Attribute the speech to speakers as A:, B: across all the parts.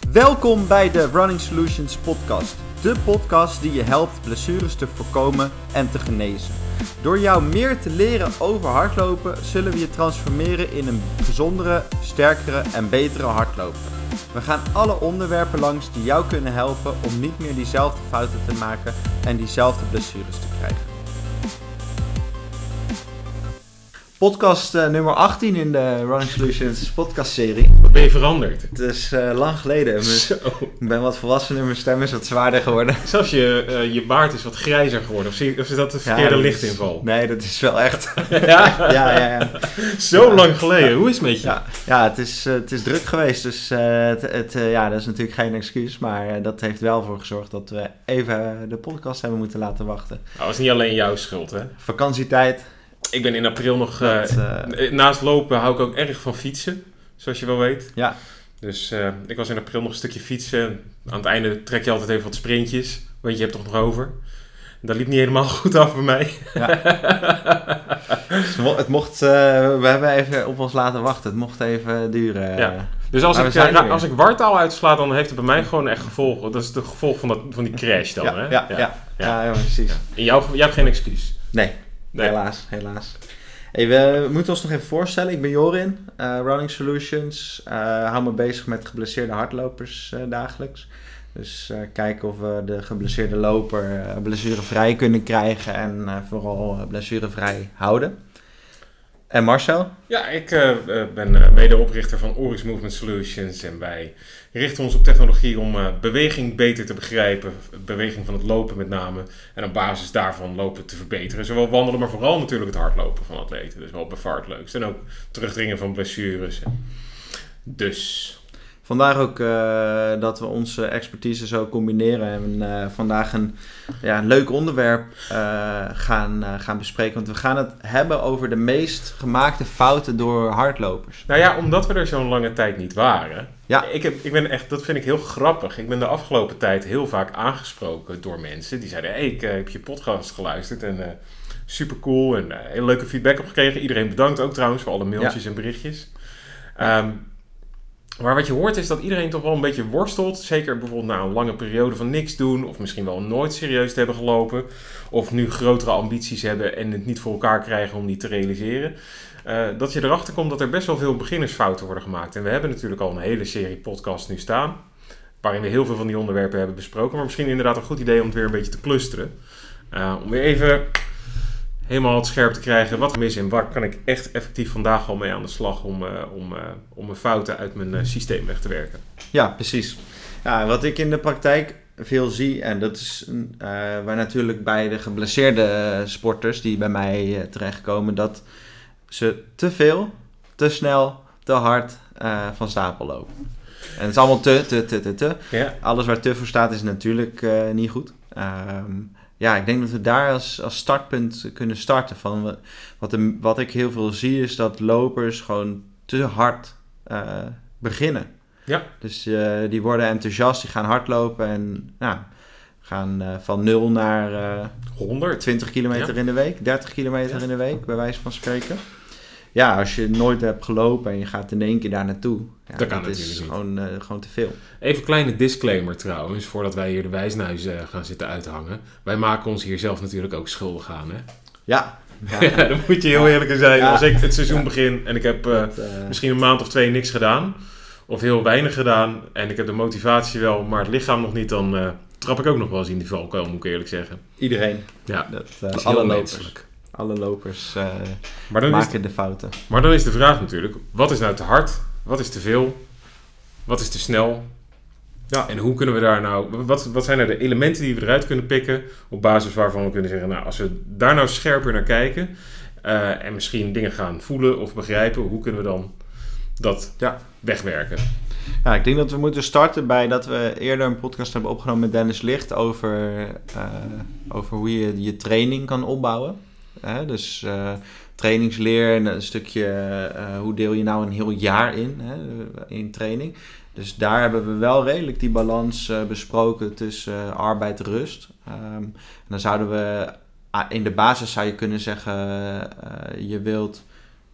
A: Welkom bij de Running Solutions podcast. De podcast die je helpt blessures te voorkomen en te genezen. Door jou meer te leren over hardlopen zullen we je transformeren in een gezondere, sterkere en betere hardloper. We gaan alle onderwerpen langs die jou kunnen helpen om niet meer diezelfde fouten te maken en diezelfde blessures te krijgen. Podcast nummer 18 in de Running Solutions podcastserie.
B: Wat ben je veranderd?
A: Het is lang geleden. Ik ben wat volwassener, mijn stem is wat zwaarder geworden.
B: Zelfs je baard is wat grijzer geworden. Of is dat de verkeerde lichtinval?
A: Nee, dat is wel echt.
B: Ja. Zo lang geleden. Hoe is het met je?
A: Ja, het is druk geweest. Dus dat is natuurlijk geen excuus. Maar dat heeft wel voor gezorgd dat we even de podcast hebben moeten laten wachten.
B: Dat is niet alleen jouw schuld, hè?
A: Vakantietijd.
B: Ik ben in april nog... naast lopen hou ik ook erg van fietsen. Zoals je wel weet.
A: Ja.
B: Dus ik was in april nog een stukje fietsen. Aan het einde trek je altijd even wat sprintjes. Want je hebt toch nog over. Dat liep niet helemaal goed af bij mij.
A: Ja. Het mocht... we hebben even op ons laten wachten. Het mocht even duren.
B: Ja. Dus als ik wartaal uitsla, dan heeft het bij mij gewoon echt gevolgen. Dat is het gevolg van die crash dan, hè?
A: Ja, precies.
B: En jij hebt geen excuus?
A: Nee. Helaas. Hey, we moeten ons nog even voorstellen. Ik ben Jorin, Running Solutions. Hou me bezig met geblesseerde hardlopers dagelijks. Dus kijken of we de geblesseerde loper blessurevrij kunnen krijgen en vooral blessurevrij houden. En Marcel?
B: Ja, ik ben medeoprichter van Oryx Movement Solutions en wij richten ons op technologie om beweging beter te begrijpen, beweging van het lopen met name, en op basis daarvan lopen te verbeteren. Zowel wandelen, maar vooral natuurlijk het hardlopen van atleten. Dus wel bij far het leukst. En ook terugdringen van blessures. Dus...
A: Vandaar ook dat we onze expertise zo combineren en vandaag een leuk onderwerp gaan bespreken. Want we gaan het hebben over de meest gemaakte fouten door hardlopers.
B: Nou ja, omdat we er zo'n lange tijd niet waren.
A: Ja.
B: Ik ben echt, dat vind ik heel grappig. Ik ben de afgelopen tijd heel vaak aangesproken door mensen die zeiden: hey, ik heb je podcast geluisterd en super cool en heel leuke feedback opgekregen. Iedereen bedankt ook trouwens voor alle mailtjes en berichtjes. Maar wat je hoort is dat iedereen toch wel een beetje worstelt. Zeker bijvoorbeeld na een lange periode van niks doen. Of misschien wel nooit serieus te hebben gelopen. Of nu grotere ambities hebben en het niet voor elkaar krijgen om die te realiseren. Dat je erachter komt dat er best wel veel beginnersfouten worden gemaakt. En we hebben natuurlijk al een hele serie podcasts nu staan. Waarin we heel veel van die onderwerpen hebben besproken. Maar misschien inderdaad een goed idee om het weer een beetje te clusteren. Om weer even... helemaal het scherp te krijgen wat er mis en waar kan ik echt effectief vandaag al mee aan de slag om mijn fouten uit mijn systeem weg te werken.
A: Ja, precies. Ja, wat ik in de praktijk veel zie, en dat is waar natuurlijk bij de geblesseerde sporters die bij mij terechtkomen, dat ze te veel, te snel, te hard van stapel lopen. En het is allemaal te.
B: Ja.
A: Alles waar te voor staat is natuurlijk niet goed. Ik denk dat we daar als startpunt kunnen starten. Van wat ik heel veel zie is dat lopers gewoon te hard beginnen.
B: Ja.
A: Dus die worden enthousiast, die gaan hardlopen en gaan van 0 naar
B: 100.
A: 20 kilometer in de week, 30 kilometer in de week, bij wijze van spreken. Ja, als je nooit hebt gelopen en je gaat in één keer daar naartoe. Ja,
B: dat kan
A: is
B: natuurlijk
A: gewoon te veel.
B: Even een kleine disclaimer trouwens, voordat wij hier de wijsneus gaan zitten uithangen. Wij maken ons hier zelf natuurlijk ook schuldig aan, hè?
A: Ja.
B: Dan moet je heel eerlijk zijn. Ja. Als ik het seizoen begin en ik heb misschien een maand of 2 niks gedaan. Of heel weinig gedaan. En ik heb de motivatie wel, maar het lichaam nog niet. Dan trap ik ook nog wel eens in die valkuil, moet ik eerlijk zeggen.
A: Iedereen.
B: Ja,
A: dat
B: is
A: alle
B: heel
A: lopers.
B: menselijk.
A: Alle lopers maken de fouten.
B: Maar dan is de vraag natuurlijk, wat is nou te hard? Wat is te veel? Wat is te snel? Ja. En hoe kunnen we daar nou... Wat zijn nou de elementen die we eruit kunnen pikken, op basis waarvan we kunnen zeggen, nou, als we daar nou scherper naar kijken en misschien dingen gaan voelen of begrijpen, hoe kunnen we dan dat wegwerken?
A: Ja, ik denk dat we moeten starten bij dat we eerder een podcast hebben opgenomen met Dennis Licht over hoe je je training kan opbouwen. Dus trainingsleer en een stukje hoe deel je nou een heel jaar in training. Dus daar hebben we wel redelijk die balans besproken tussen arbeid en rust. En dan zouden we in de basis zou je kunnen zeggen, je wilt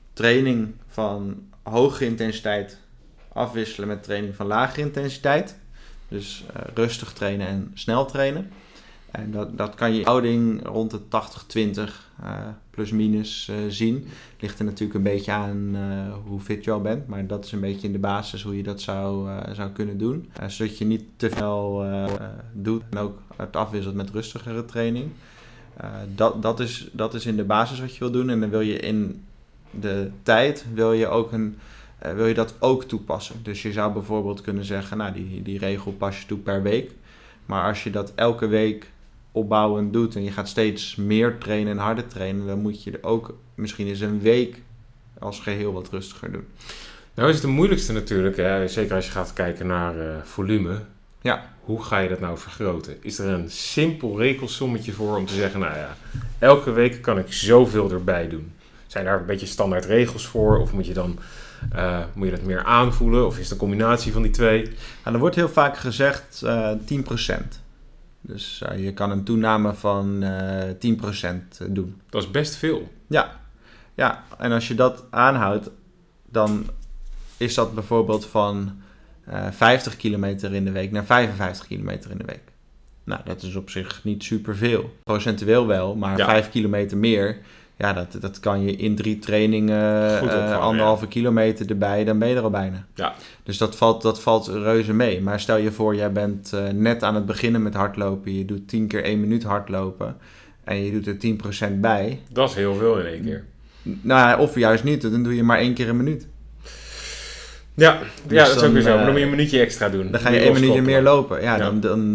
A: training van hoge intensiteit afwisselen met training van lagere intensiteit. Dus rustig trainen en snel trainen. En dat kan je in houding rond de 80-20 plus minus zien. Ligt er natuurlijk een beetje aan hoe fit je al bent. Maar dat is een beetje in de basis hoe je dat zou kunnen doen. Zodat je niet te veel doet en ook het afwisselt met rustigere training. Dat is in de basis wat je wil doen. En dan wil je in de tijd wil je dat ook toepassen. Dus je zou bijvoorbeeld kunnen zeggen, nou die regel pas je toe per week. Maar als je dat elke week opbouwend doet en je gaat steeds meer trainen en harder trainen, dan moet je er ook misschien eens een week als geheel wat rustiger doen.
B: Nou is het de moeilijkste natuurlijk, hè? Zeker als je gaat kijken naar volume.
A: Ja.
B: Hoe ga je dat nou vergroten? Is er een simpel rekelsommetje voor om te zeggen, nou ja, elke week kan ik zoveel erbij doen? Zijn daar een beetje standaard regels voor? Of moet je dat meer aanvoelen? Of is het een combinatie van die twee?
A: Nou, er wordt heel vaak gezegd 10%. Dus je kan een toename van 10% doen.
B: Dat is best veel.
A: Ja, en als je dat aanhoudt, dan is dat bijvoorbeeld van 50 kilometer in de week naar 55 kilometer in de week. Nou, dat is op zich niet superveel. Procentueel wel, maar 5 kilometer meer, ja, dat kan je in 3 trainingen, 1,5 kilometer erbij, dan ben je er al bijna.
B: Ja.
A: Dus dat valt reuze mee. Maar stel je voor, jij bent net aan het beginnen met hardlopen. Je doet 10 keer 1 minuut hardlopen. En je doet er 10% bij.
B: Dat is heel veel in één keer.
A: Nou, of juist niet. Dan doe je maar 1 keer een minuut.
B: Ja,
A: dus
B: dat is ook weer zo. Maar dan moet je een minuutje extra doen.
A: Dan ga je 1 minuutje meer lopen.
B: Ja.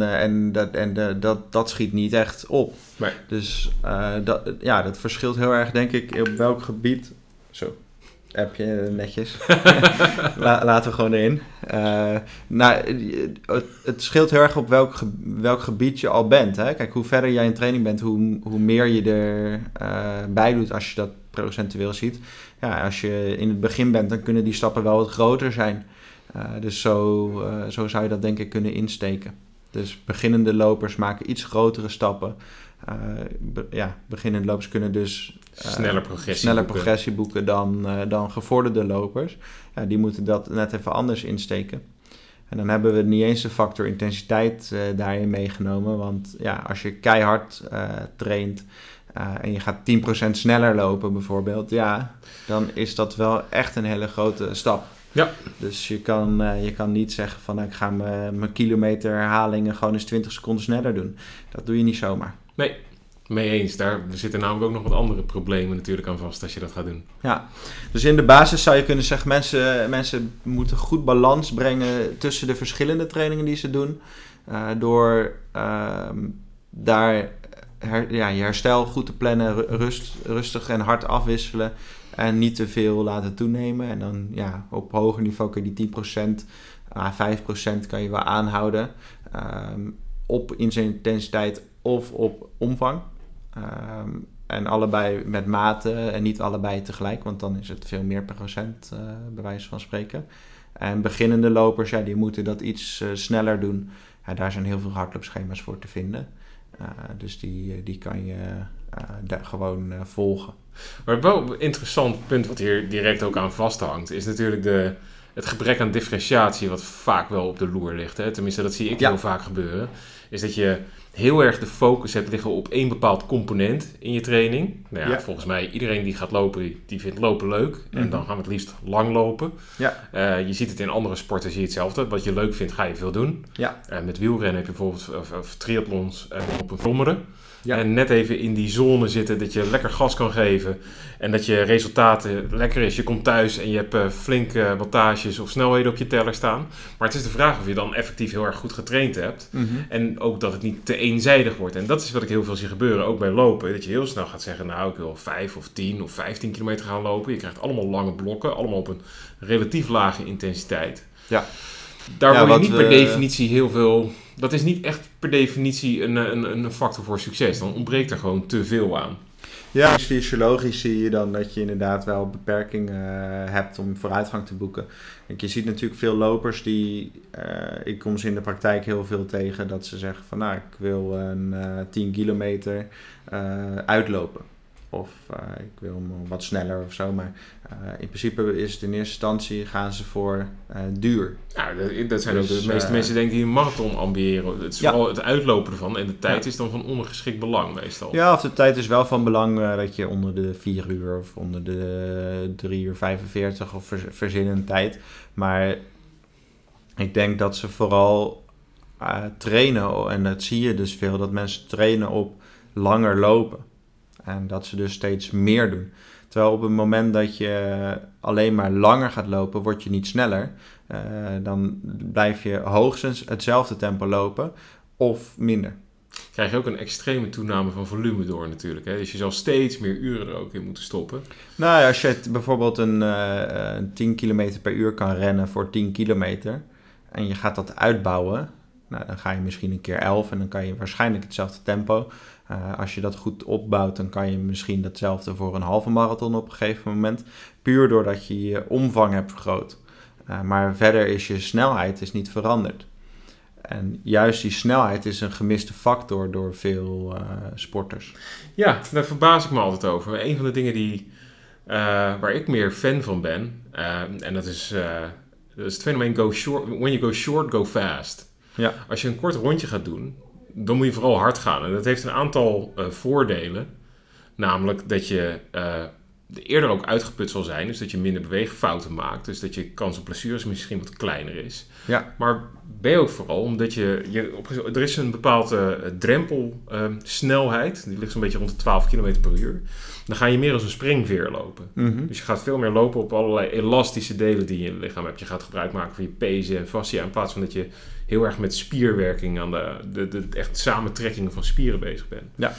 A: Dat schiet niet echt op.
B: Nee.
A: Dus dat verschilt heel erg, denk ik, op welk gebied. Zo, appje netjes. Laten we gewoon erin. Het scheelt heel erg op welk gebied je al bent. Hè? Kijk, hoe verder jij in training bent, hoe meer je erbij doet als je dat procentueel ziet. Ja, als je in het begin bent, dan kunnen die stappen wel wat groter zijn. Dus zo zou je dat denk ik kunnen insteken. Dus beginnende lopers maken iets grotere stappen. Beginnende lopers kunnen dus sneller progressie boeken dan gevorderde lopers. Ja, die moeten dat net even anders insteken. En dan hebben we niet eens de factor intensiteit daarin meegenomen. Want ja, als je keihard traint en je gaat 10% sneller lopen bijvoorbeeld, ja, dan is dat wel echt een hele grote stap.
B: Ja.
A: Dus je kan niet zeggen van ik ga mijn kilometer herhalingen gewoon eens 20 seconden sneller doen. Dat doe je niet zomaar.
B: Nee, mee eens. Daar zitten namelijk ook nog wat andere problemen natuurlijk aan vast als je dat gaat doen.
A: Ja, dus in de basis zou je kunnen zeggen mensen moeten goed balans brengen tussen de verschillende trainingen die ze doen. Door je herstel goed te plannen, rustig en hard afwisselen. En niet te veel laten toenemen. En dan op hoger niveau kun je die 10%, 5% kan je wel aanhouden. Op intensiteit of op omvang. En allebei met mate en niet allebei tegelijk. Want dan is het veel meer procent, bij wijze van spreken. En beginnende lopers, die moeten dat iets sneller doen. Ja, daar zijn heel veel hardloopschema's voor te vinden. Dus die kan je gewoon volgen.
B: Maar wel een interessant punt wat hier direct ook aan vasthangt, is natuurlijk het gebrek aan differentiatie wat vaak wel op de loer ligt. Hè? Tenminste, dat zie ik heel vaak gebeuren. Is dat je heel erg de focus hebt liggen op één bepaald component in je training. Nou ja, volgens mij iedereen die gaat lopen, die vindt lopen leuk. En dan gaan we het liefst lang lopen. Ja. Je ziet het in andere sporten, zie je hetzelfde. Wat je leuk vindt, ga je veel doen. Ja. Met wielrennen heb je bijvoorbeeld of triathlons op een vlommeren. Ja. En net even in die zone zitten dat je lekker gas kan geven. En dat je resultaten lekker is. Je komt thuis en je hebt flinke wattages of snelheden op je teller staan. Maar het is de vraag of je dan effectief heel erg goed getraind hebt. Mm-hmm. En ook dat het niet te eenzijdig wordt. En dat is wat ik heel veel zie gebeuren, ook bij lopen. Dat je heel snel gaat zeggen, nou ik wil 5 of 10 of 15 kilometer gaan lopen. Je krijgt allemaal lange blokken, allemaal op een relatief lage intensiteit. Ja. Daar word je niet per definitie heel veel. Dat is niet echt per definitie een factor voor succes. Dan ontbreekt er gewoon te veel aan.
A: Ja, fysiologisch zie je dan dat je inderdaad wel beperkingen hebt om vooruitgang te boeken. Kijk, je ziet natuurlijk veel lopers ik kom ze in de praktijk heel veel tegen dat ze zeggen van ik wil een 10 kilometer uitlopen. Of ik wil hem wat sneller of zo. Maar in principe is het in eerste instantie gaan ze voor duur.
B: Ja, dat zijn
A: Dus,
B: ook de meeste mensen denken die een marathon ambiëren. Het is vooral het uitlopen ervan. En de tijd is dan van ondergeschikt belang meestal.
A: Ja, of de tijd is wel van belang dat je onder de 4 uur of onder de 3 uur 45 of verzinnen tijd. Maar ik denk dat ze vooral trainen. En dat zie je dus veel. Dat mensen trainen op langer lopen. En dat ze dus steeds meer doen. Terwijl op het moment dat je alleen maar langer gaat lopen, word je niet sneller. Dan blijf je hoogstens hetzelfde tempo lopen of minder.
B: Krijg je ook een extreme toename van volume door natuurlijk. Hè? Dus je zal steeds meer uren er ook in moeten stoppen.
A: Nou ja, als je bijvoorbeeld een 10 km per uur kan rennen voor 10 kilometer en je gaat dat uitbouwen, nou, dan ga je misschien een keer 11 en dan kan je waarschijnlijk hetzelfde tempo. Als je dat goed opbouwt, dan kan je misschien datzelfde voor een halve marathon op een gegeven moment. Puur doordat je je omvang hebt vergroot. Maar verder is je snelheid niet veranderd. En juist die snelheid is een gemiste factor door veel sporters.
B: Ja, daar verbaas ik me altijd over. Een van de dingen waar ik meer fan van ben, en dat is het fenomeen go short. When you go short, go fast.
A: Ja.
B: Als je een kort rondje gaat doen, dan moet je vooral hard gaan. En dat heeft een aantal voordelen. Namelijk dat je eerder ook uitgeput zal zijn. Dus dat je minder beweegfouten maakt. Dus dat je kans op blessures misschien wat kleiner is.
A: Ja.
B: Maar ben je ook vooral omdat er is een bepaalde drempelsnelheid. Die ligt zo'n beetje rond de 12 km per uur. Dan ga je meer als een springveer lopen.
A: Mm-hmm.
B: Dus je gaat veel meer lopen op allerlei elastische delen die je in je lichaam hebt. Je gaat gebruik maken van je pezen en fascia. In plaats van dat je heel erg met spierwerking aan de echt samentrekkingen van spieren bezig bent.
A: Ja.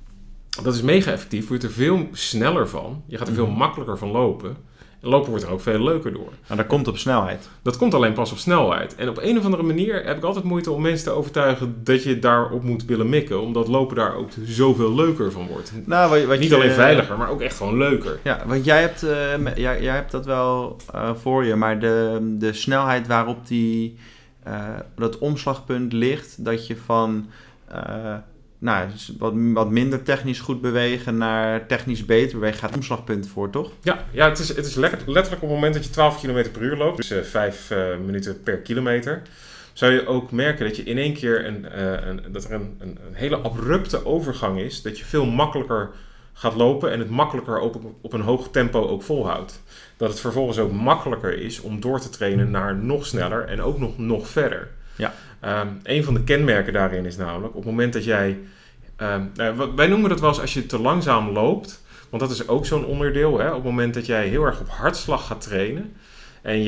B: Dat is mega effectief. Word je er veel sneller van. Je gaat er veel makkelijker van lopen. En lopen wordt er ook veel leuker door.
A: Maar dat komt op snelheid.
B: Dat komt alleen pas op snelheid. En op een of andere manier heb ik altijd moeite om mensen te overtuigen dat je daarop moet willen mikken. Omdat lopen daar ook zoveel leuker van wordt.
A: Nou,
B: Niet alleen veiliger, maar ook echt gewoon leuker.
A: Ja, want jij hebt dat wel voor je. Maar de snelheid waarop dat omslagpunt ligt, dat je van dus wat minder technisch goed bewegen naar technisch beter bewegen, gaat het omslagpunt voor, toch?
B: Ja, het is letterlijk op het moment dat je 12 km per uur loopt, dus 5 minuten per kilometer, zou je ook merken dat je in één keer dat er een hele abrupte overgang is, dat je veel makkelijker gaat lopen en het makkelijker op een hoog tempo ook volhoudt. Dat het vervolgens ook makkelijker is om door te trainen naar nog sneller en ook nog verder.
A: Ja.
B: Een van de kenmerken daarin is namelijk op het moment dat jij... wij noemen dat wel eens als je te langzaam loopt. Want dat is ook zo'n onderdeel. Hè? Op het moment dat jij heel erg op hartslag gaat trainen. En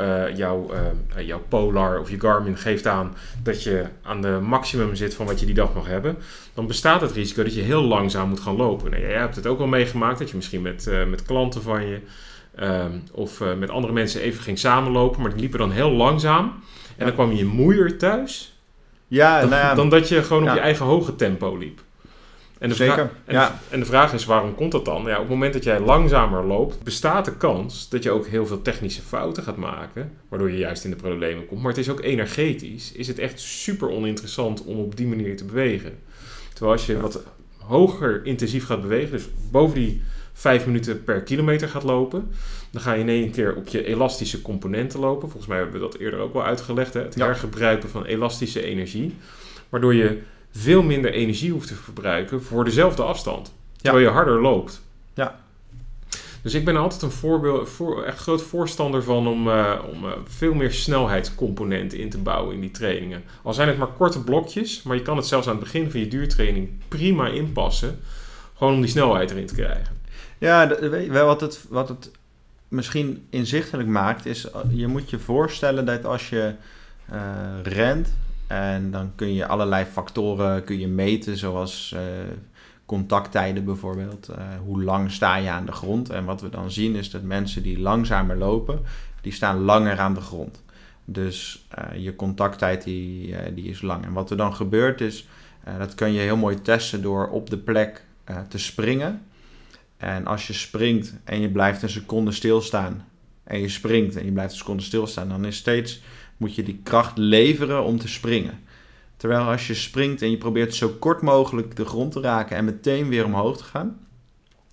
B: jouw Polar of je Garmin geeft aan dat je aan de maximum zit van wat je die dag mag hebben. Dan bestaat het risico dat je heel langzaam moet gaan lopen. Nou, jij hebt het ook wel meegemaakt dat je misschien met klanten van je... of met andere mensen even ging samenlopen. Maar die liepen dan heel langzaam. En dan kwam je moeier thuis dan dat je gewoon op je eigen hoge tempo liep. En de vraag is, waarom komt dat dan? Ja, op het moment dat jij langzamer loopt, bestaat de kans dat je ook heel veel technische fouten gaat maken, waardoor je juist in de problemen komt. Maar het is ook energetisch, is het echt super oninteressant om op die manier te bewegen. Terwijl als je wat hoger intensief gaat bewegen, dus boven die 5 minuten per kilometer gaat lopen, dan ga je in één keer op je elastische componenten lopen. Volgens mij hebben we dat eerder ook wel uitgelegd. Hè? Het hergebruiken van elastische energie. Waardoor je veel minder energie hoeft te verbruiken voor dezelfde afstand. Terwijl je harder loopt.
A: Ja.
B: Dus ik ben altijd echt groot voorstander van om veel meer snelheidscomponenten in te bouwen in die trainingen. Al zijn het maar korte blokjes, maar je kan het zelfs aan het begin van je duurtraining prima inpassen. Gewoon om die snelheid erin te krijgen.
A: Ja, wat het misschien inzichtelijk maakt, is je moet je voorstellen dat als je rent, en dan kun je allerlei factoren meten, zoals contacttijden bijvoorbeeld. Hoe lang sta je aan de grond? En wat we dan zien is dat mensen die langzamer lopen, die staan langer aan de grond. Dus je contacttijd die is lang. En wat er dan gebeurt is, dat kun je heel mooi testen door op de plek te springen. En als je springt en je blijft een seconde stilstaan en je springt en je blijft een seconde stilstaan, dan is moet je die kracht leveren om te springen. Terwijl als je springt en je probeert zo kort mogelijk de grond te raken en meteen weer omhoog te gaan,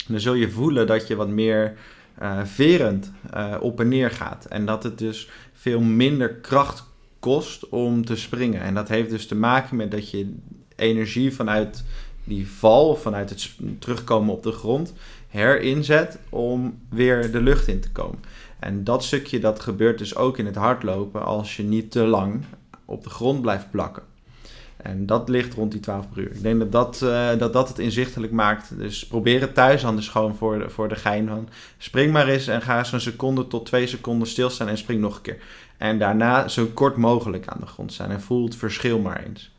A: dan zul je voelen dat je wat meer verend op en neer gaat. En dat het dus veel minder kracht kost om te springen. En dat heeft dus te maken met dat je energie vanuit die val, vanuit het terugkomen op de grond, herinzet om weer de lucht in te komen. En dat stukje, dat gebeurt dus ook in het hardlopen als je niet te lang op de grond blijft plakken. En dat ligt rond die 12 per uur. Ik denk dat het inzichtelijk maakt. Dus probeer het thuis anders gewoon voor de gein van. Spring maar eens en ga eens een seconde tot 2 seconden stilstaan en spring nog een keer. En daarna zo kort mogelijk aan de grond staan en voel het verschil maar eens.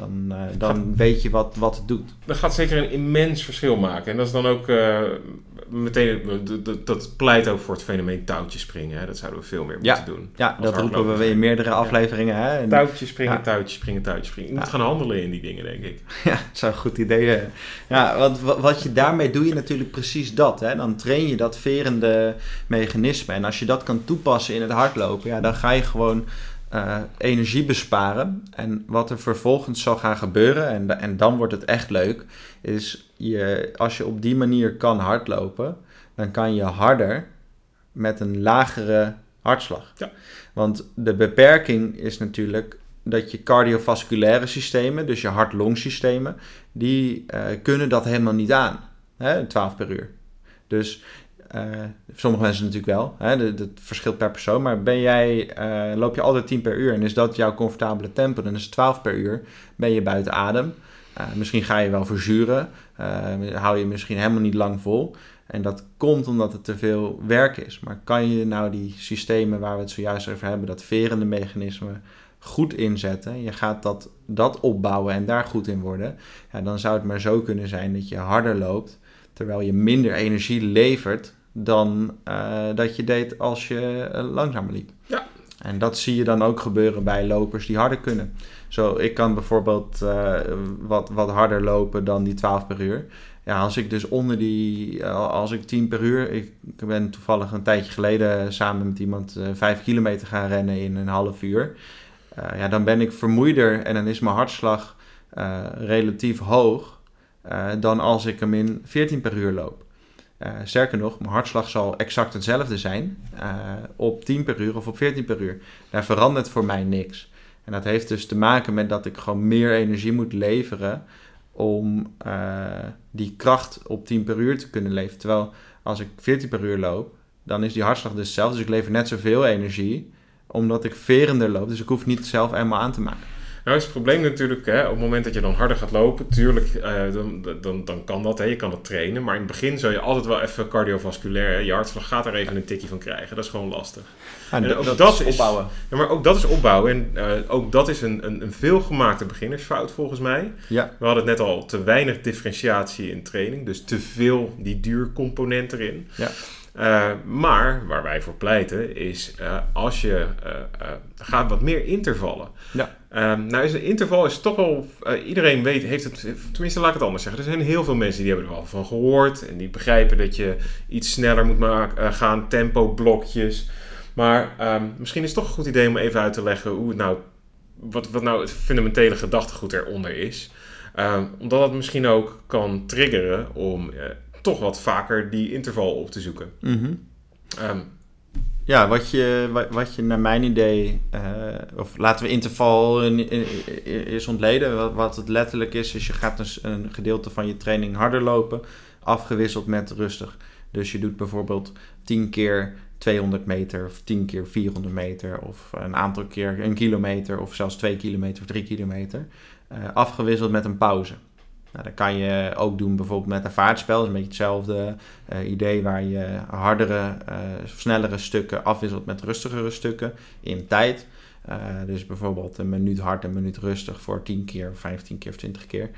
A: Dan weet je wat het doet.
B: Dat gaat zeker een immens verschil maken. En dat is dan ook meteen, dat pleit ook voor het fenomeen touwtje springen. Hè? Dat zouden we veel meer moeten doen.
A: Ja, dat roepen we in meerdere afleveringen. Hè? En,
B: touwtje springen, touwtje springen, touwtje springen. Je moet gaan handelen in die dingen, denk ik.
A: Ja, dat zou een goed idee zijn. Ja, want wat je daarmee doe je natuurlijk precies dat. Hè? Dan train je dat verende mechanisme. En als je dat kan toepassen in het hardlopen, ja, dan ga je gewoon energie besparen. En wat er vervolgens zal gaan gebeuren, en dan wordt het echt leuk, is als je op die manier kan hardlopen, dan kan je harder met een lagere hartslag. Ja. Want de beperking is natuurlijk dat je cardiovasculaire systemen, dus je hart-longsystemen, die kunnen dat helemaal niet aan. 12 per uur. Dus sommige mensen natuurlijk wel. Dat verschilt per persoon. Maar loop je altijd 10 per uur en is dat jouw comfortabele tempo, dan is het 12 per uur. Ben je buiten adem. Misschien ga je wel verzuren. Hou je misschien helemaal niet lang vol. En dat komt omdat het te veel werk is. Maar kan je nou die systemen waar we het zojuist over hebben, dat verende mechanisme, goed inzetten. Je gaat dat opbouwen en daar goed in worden. Ja, dan zou het maar zo kunnen zijn dat je harder loopt, terwijl je minder energie levert dan dat je deed als je langzamer liep. Ja. En dat zie je dan ook gebeuren bij lopers die harder kunnen. Ik kan bijvoorbeeld wat harder lopen dan die 12 per uur. Ja, als ik dus als ik 10 per uur... Ik ben toevallig een tijdje geleden samen met iemand 5 kilometer gaan rennen in een half uur. Dan ben ik vermoeider en dan is mijn hartslag relatief hoog dan als ik hem in 14 per uur loop. Sterker nog, mijn hartslag zal exact hetzelfde zijn op 10 per uur of op 14 per uur. Daar verandert voor mij niks. En dat heeft dus te maken met dat ik gewoon meer energie moet leveren om die kracht op 10 per uur te kunnen leveren. Terwijl als ik 14 per uur loop, dan is die hartslag dus hetzelfde. Dus ik lever net zoveel energie, omdat ik verender loop. Dus ik hoef niet zelf helemaal aan te maken.
B: Nou is het probleem natuurlijk, op het moment dat je dan harder gaat lopen, tuurlijk, dan kan dat, je kan dat trainen. Maar in het begin zou je altijd wel even cardiovasculair, je hartslag gaat er even een tikje van krijgen. Dat is gewoon lastig.
A: En dat is opbouwen.
B: Ja, maar ook dat is opbouwen. En ook dat is een veelgemaakte beginnersfout volgens mij. Ja. We hadden het net al, te weinig differentiatie in training. Dus te veel die duurcomponent erin. Ja. Maar waar wij voor pleiten is als je gaat wat meer intervallen. Ja. Is een interval is toch wel... iedereen heeft het... Tenminste, laat ik het anders zeggen. Er zijn heel veel mensen die hebben er wel van gehoord. En die begrijpen dat je iets sneller moet gaan. Tempo, blokjes. Maar misschien is het toch een goed idee om even uit te leggen hoe het nou... Wat nou het fundamentele gedachtegoed eronder is. Omdat dat misschien ook kan triggeren om... toch wat vaker die interval op te zoeken. Mm-hmm.
A: Wat je naar mijn idee... of laten we interval is ontleden. Wat het letterlijk is je gaat dus een gedeelte van je training harder lopen, afgewisseld met rustig. Dus je doet bijvoorbeeld 10 keer 200 meter of 10 keer 400 meter of een aantal keer 1 kilometer of zelfs 2 kilometer of 3 kilometer. Afgewisseld met een pauze. Nou, dat kan je ook doen bijvoorbeeld met een vaartspel. Dat is een beetje hetzelfde idee waar je hardere, snellere stukken afwisselt met rustigere stukken in tijd. Dus bijvoorbeeld een minuut hard en een minuut rustig voor 10 keer, 15 keer of 20 keer.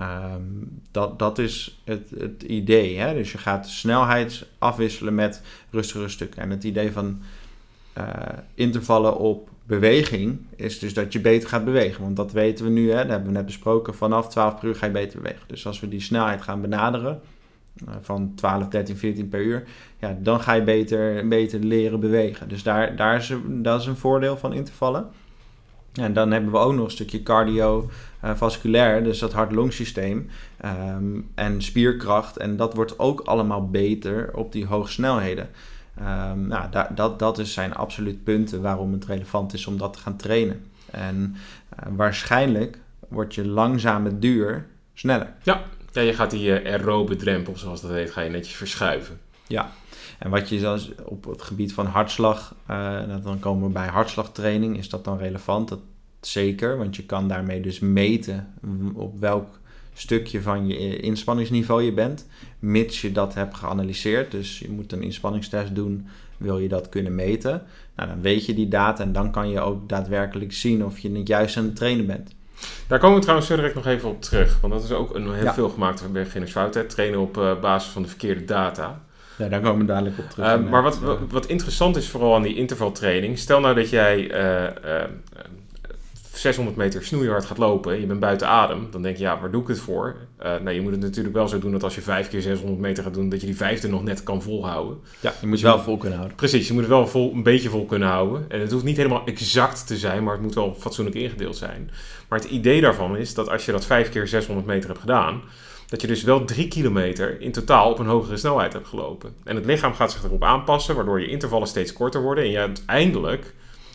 A: Dat is het idee. Hè? Dus je gaat de snelheid afwisselen met rustigere stukken. En het idee van intervallen op beweging is dus dat je beter gaat bewegen. Want dat weten we nu, dat hebben we net besproken. Vanaf 12 per uur ga je beter bewegen. Dus als we die snelheid gaan benaderen, van 12, 13, 14 per uur, ja, dan ga je beter leren bewegen. Dus dat is een voordeel van intervallen. Ja, en dan hebben we ook nog een stukje cardiovasculair, dus dat hart-longsysteem en spierkracht. En dat wordt ook allemaal beter op die hoge snelheden. Dat zijn absoluut punten waarom het relevant is om dat te gaan trainen. En waarschijnlijk wordt je langzame duur sneller.
B: Ja, je gaat die aerobe drempel, zoals dat heet, ga je netjes verschuiven.
A: Ja, en wat je zelfs op het gebied van hartslag, dan komen we bij hartslagtraining, is dat dan relevant? Dat zeker, want je kan daarmee dus meten op welk stukje van je inspanningsniveau je bent, mits je dat hebt geanalyseerd. Dus je moet een inspanningstest doen, wil je dat kunnen meten. Nou, dan weet je die data en dan kan je ook daadwerkelijk zien of je het juist aan het trainen bent.
B: Daar komen we trouwens zo direct nog even op terug, want dat is ook een heel veel gemaakt bij beginnersfout, trainen op basis van de verkeerde data.
A: Ja, daar komen we dadelijk op terug.
B: Maar wat interessant is vooral aan die intervaltraining, stel nou dat jij 600 meter snoeihard gaat lopen en je bent buiten adem, dan denk je, waar doe ik het voor? Je moet het natuurlijk wel zo doen dat als je 5 keer 600 meter gaat doen, dat je die 5e nog net kan volhouden.
A: Ja, je moet het wel vol kunnen houden.
B: Precies, je moet het wel een beetje vol kunnen houden. En het hoeft niet helemaal exact te zijn, maar het moet wel fatsoenlijk ingedeeld zijn. Maar het idee daarvan is dat als je dat 5 keer 600 meter hebt gedaan, dat je dus wel 3 kilometer in totaal op een hogere snelheid hebt gelopen. En het lichaam gaat zich erop aanpassen, waardoor je intervallen steeds korter worden en je uiteindelijk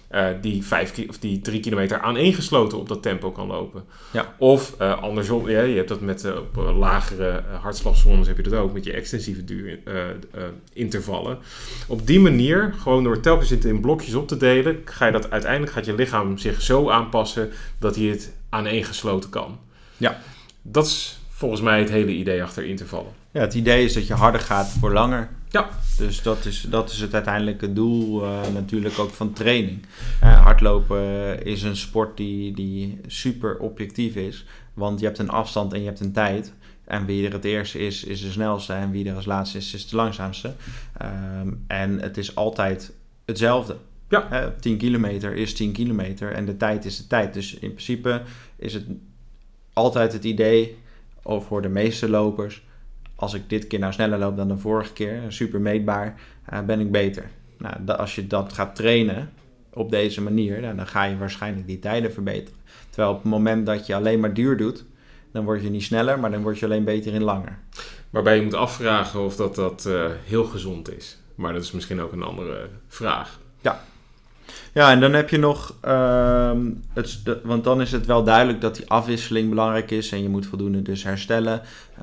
B: die 3 kilometer aaneengesloten op dat tempo kan lopen.
A: Ja.
B: Of andersom, je hebt dat met op lagere hartslagzones heb je dat ook met je extensieve intervallen. Op die manier, gewoon door telkens in blokjes op te delen, uiteindelijk gaat je lichaam zich zo aanpassen dat hij het aaneengesloten kan.
A: Ja.
B: Dat is volgens mij het hele idee achter intervallen.
A: Ja, het idee is dat je harder gaat voor langer.
B: Ja.
A: Dus dat is het uiteindelijke doel natuurlijk ook van training. Hardlopen is een sport die super objectief is. Want je hebt een afstand en je hebt een tijd. En wie er het eerste is de snelste. En wie er als laatste is de langzaamste. En het is altijd hetzelfde.
B: Ja.
A: 10 kilometer is 10 kilometer en de tijd is de tijd. Dus in principe is het altijd het idee, of voor de meeste lopers, als ik dit keer nou sneller loop dan de vorige keer, super meetbaar, ben ik beter. Nou, als je dat gaat trainen op deze manier, dan ga je waarschijnlijk die tijden verbeteren. Terwijl op het moment dat je alleen maar duur doet, dan word je niet sneller, maar dan word je alleen beter in langer.
B: Waarbij je moet afvragen of dat heel gezond is. Maar dat is misschien ook een andere vraag.
A: Ja, en dan heb je nog, want dan is het wel duidelijk dat die afwisseling belangrijk is en je moet voldoende dus herstellen.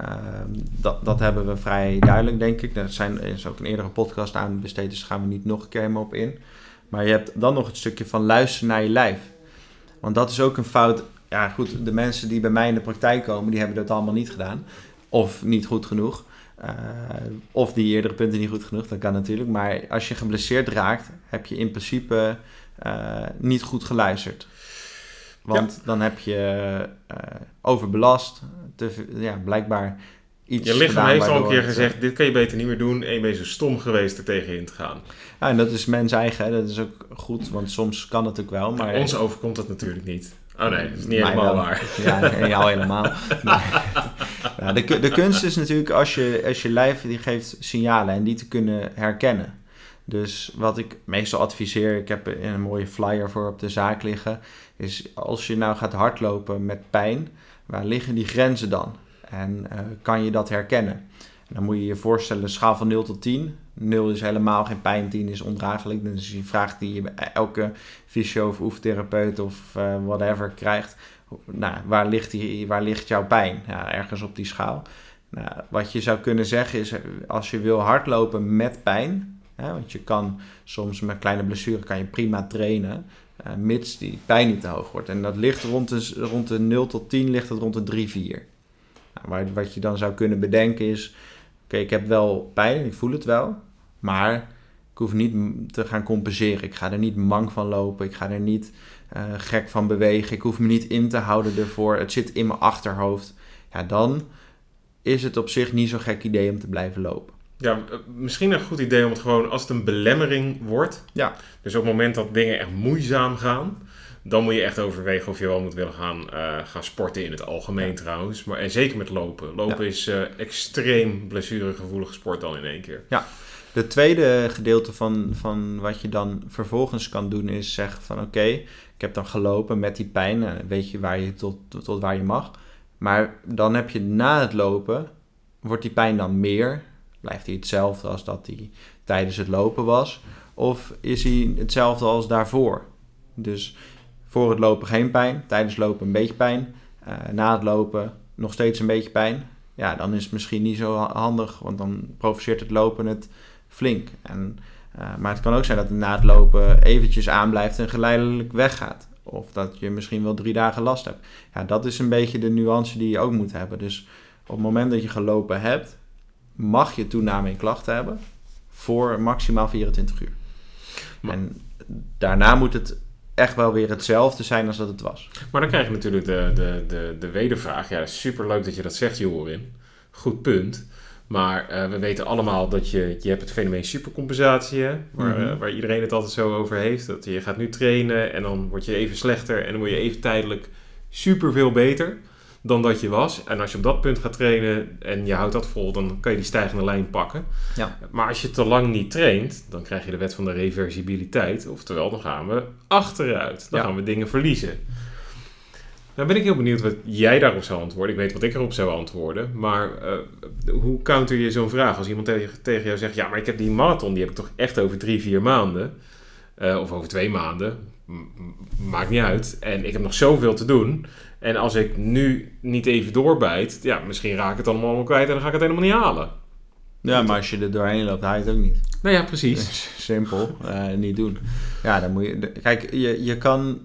A: Dat hebben we vrij duidelijk, denk ik. Daar is ook een eerdere podcast aan besteed, dus daar gaan we niet nog een keer helemaal op in. Maar je hebt dan nog het stukje van luisteren naar je lijf. Want dat is ook een fout. Ja goed, de mensen die bij mij in de praktijk komen, die hebben dat allemaal niet gedaan. Of niet goed genoeg. Of die eerdere punten niet goed genoeg, dat kan natuurlijk. Maar als je geblesseerd raakt, heb je in principe niet goed geluisterd. Want dan heb je overbelast, blijkbaar iets
B: je lichaam
A: gedaan,
B: heeft al een keer gezegd, dit kan je beter niet meer doen en je bent zo stom geweest er tegenin te gaan.
A: Ja, en dat is mens eigen, hè? Dat is ook goed, want soms kan het ook wel. Maar
B: ons overkomt dat natuurlijk niet. Oh nee, dat is niet helemaal waar.
A: Ja, jou helemaal. Ja, de kunst is natuurlijk als je lijf die geeft signalen en die te kunnen herkennen. Dus wat ik meestal adviseer, ik heb een mooie flyer voor op de zaak liggen, is als je nou gaat hardlopen met pijn, waar liggen die grenzen dan? En kan je dat herkennen? En dan moet je je voorstellen, een schaal van 0 tot 10. 0 is helemaal geen pijn, 10 is ondraaglijk. Dus die vraag die je bij elke fysio of oefentherapeut of whatever krijgt. Nou, waar ligt jouw pijn? Ja, ergens op die schaal. Nou, wat je zou kunnen zeggen is, als je wil hardlopen met pijn, want je kan soms met kleine blessure kan je prima trainen, mits die pijn niet te hoog wordt. En dat ligt rond de 0 tot 10 ligt het rond de 3, 4. Nou, wat je dan zou kunnen bedenken is, oké, ik heb wel pijn, ik voel het wel, maar ik hoef niet te gaan compenseren. Ik ga er niet mank van lopen, ik ga er niet gek van bewegen, ik hoef me niet in te houden ervoor, het zit in mijn achterhoofd. Ja, dan is het op zich niet zo'n gek idee om te blijven lopen.
B: Ja, misschien een goed idee om het gewoon, als het een belemmering wordt, dus op het moment dat dingen echt moeizaam gaan, dan moet je echt overwegen of je wel moet willen gaan sporten in het algemeen trouwens. En zeker met lopen. Lopen is extreem blessuregevoelige sport dan in één keer.
A: Ja, het tweede gedeelte van wat je dan vervolgens kan doen is zeggen van oké, ik heb dan gelopen met die pijn. Weet je waar je tot waar je mag. Maar dan heb je na het lopen, wordt die pijn dan meer? Blijft hij hetzelfde als dat hij tijdens het lopen was? Of is hij hetzelfde als daarvoor? Dus voor het lopen geen pijn, tijdens het lopen een beetje pijn. Na het lopen nog steeds een beetje pijn. Ja, dan is het misschien niet zo handig, want dan provoceert het lopen het flink. Maar het kan ook zijn dat het na het lopen eventjes aanblijft en geleidelijk weggaat. Of dat je misschien wel 3 dagen last hebt. Ja, dat is een beetje de nuance die je ook moet hebben. Dus op het moment dat je gelopen hebt, mag je toename in klachten hebben voor maximaal 24 uur. En daarna moet het echt wel weer hetzelfde zijn als dat het was.
B: Maar dan krijg je natuurlijk de wedervraag. Ja, superleuk dat je dat zegt, Jorin. Goed punt. Maar we weten allemaal dat je hebt het fenomeen supercompensatie, hè, waar iedereen het altijd zo over heeft. Dat je gaat nu trainen en dan word je even slechter en dan word je even tijdelijk superveel beter dan dat je was. En als je op dat punt gaat trainen en je houdt dat vol, dan kan je die stijgende lijn pakken. Ja. Maar als je te lang niet traint, dan krijg je de wet van de reversibiliteit. Oftewel, dan gaan we achteruit. Dan gaan we dingen verliezen. Dan ben ik heel benieuwd wat jij daarop zou antwoorden. Ik weet wat ik erop zou antwoorden. Maar hoe counter je zo'n vraag als iemand tegen jou zegt... Ja, maar ik heb die marathon, die heb ik toch echt over 3-4 maanden. Of over 2 maanden. Maakt niet uit. En ik heb nog zoveel te doen. En als ik nu niet even doorbijt... Ja, misschien raak ik het allemaal kwijt en dan ga ik het helemaal niet halen.
A: Ja, maar als je er doorheen loopt, haal je het ook niet.
B: Nou ja, precies.
A: Simpel. Niet doen. Ja, dan moet je... Kijk, je kan...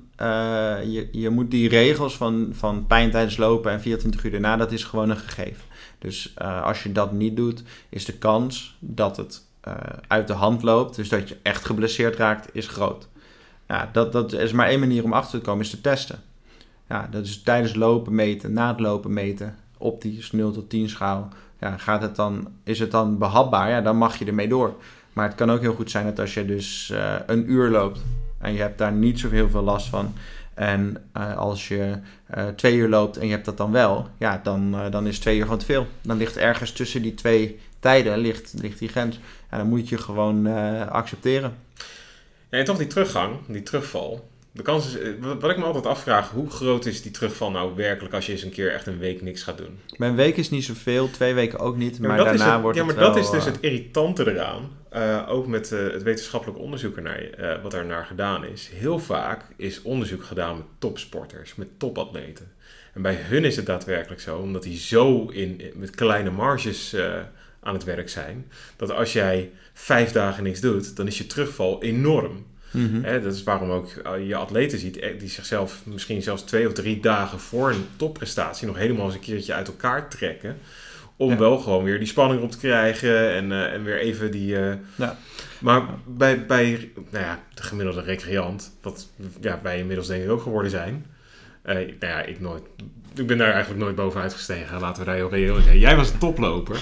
A: Je moet die regels van pijn tijdens lopen en 24 uur daarna, dat is gewoon een gegeven. Dus als je dat niet doet, is de kans dat het uit de hand loopt, dus dat je echt geblesseerd raakt, is groot. Ja, dat is maar 1 manier om achter te komen, is te testen. Ja, dat is tijdens lopen meten, na het lopen meten, op die 0 tot 10 schaal. Ja, is het dan behapbaar? Ja, dan mag je ermee door. Maar het kan ook heel goed zijn dat als je dus 1 uur loopt en je hebt daar niet zo heel veel last van. En als je 2 uur loopt en je hebt dat dan wel, ja, dan is 2 uur gewoon te veel. Dan ligt ergens tussen die 2 tijden ligt die grens. En dan moet je gewoon accepteren.
B: Ja, en toch die teruggang, die terugval. De kans is, wat ik me altijd afvraag, hoe groot is die terugval nou werkelijk als je eens een keer echt een week niks gaat doen?
A: Bij een week is niet zoveel, 2 weken ook niet, maar daarna wordt het wel...
B: Ja, maar dat is dus het irritante eraan. Ook met het wetenschappelijk onderzoek wat er naar gedaan is. Heel vaak is onderzoek gedaan met topsporters, met topatleten. En bij hun is het daadwerkelijk zo, omdat die zo met kleine marges aan het werk zijn, dat als jij 5 dagen niks doet, dan is je terugval enorm. Mm-hmm. Dat is waarom ook je atleten ziet die zichzelf misschien zelfs 2 of 3 dagen voor een topprestatie nog helemaal eens een keertje uit elkaar trekken. Om wel gewoon weer die spanning op te krijgen en weer even die... Ja. Maar bij de gemiddelde recreant, wat wij inmiddels denk ik ook geworden zijn. Ik nooit. Ik ben daar eigenlijk nooit bovenuit gestegen. Laten we daar heel reëel in zijn. Jij was een toploper.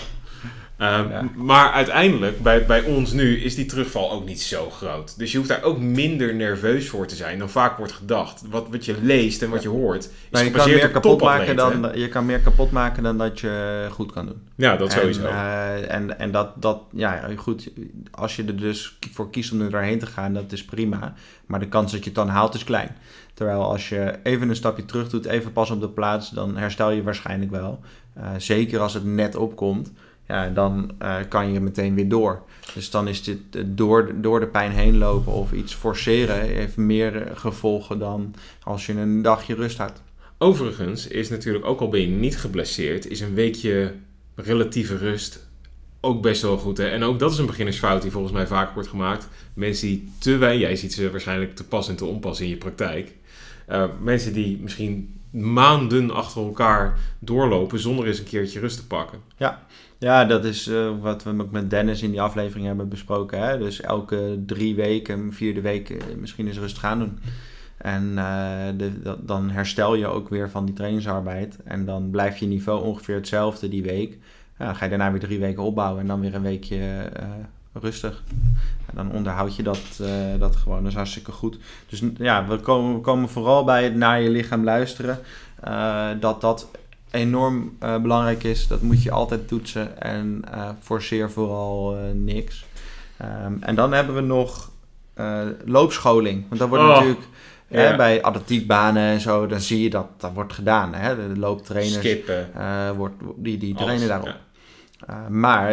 B: Maar uiteindelijk, bij ons nu, is die terugval ook niet zo groot. Dus je hoeft daar ook minder nerveus voor te zijn dan vaak wordt gedacht. Wat je leest en wat je hoort, is
A: je kan meer kapot maken je kan meer kapot maken dan dat je goed kan doen.
B: Ja, dat sowieso.
A: En dat goed, als je er dus voor kiest om er doorheen te gaan, dat is prima. Maar de kans dat je het dan haalt is klein. Terwijl als je even een stapje terug doet, even pas op de plaats, dan herstel je waarschijnlijk wel. Zeker als het net opkomt. Ja, dan kan je meteen weer door. Dus dan is dit door de pijn heen lopen of iets forceren heeft meer gevolgen dan als je een dagje rust houdt.
B: Overigens is natuurlijk, ook al ben je niet geblesseerd, is een weekje relatieve rust ook best wel goed. Hè? En ook dat is een beginnersfout die volgens mij vaak wordt gemaakt. Mensen die jij ziet ze waarschijnlijk te pas en te onpas in je praktijk. Mensen die misschien maanden achter elkaar doorlopen zonder eens een keertje rust te pakken.
A: Ja, dat is wat we ook met Dennis in die aflevering hebben besproken. Hè? Dus elke 3 weken, 4e week misschien eens rust gaan doen. En dan herstel je ook weer van die trainingsarbeid. En dan blijft je niveau ongeveer hetzelfde die week. Ja, dan ga je daarna weer 3 weken opbouwen en dan weer een weekje rustig. En dan onderhoud je dat gewoon. Dat is hartstikke goed. Dus ja, we komen vooral bij het naar je lichaam luisteren. Dat enorm belangrijk is. Dat moet je altijd toetsen. En forceer vooral niks. En dan hebben we nog loopscholing. Want dat wordt natuurlijk... Hè, bij atletiekbanen en zo, dan zie je dat wordt gedaan. Hè? De looptrainers
B: Skippen.
A: Die trainen daarop. Ja. Maar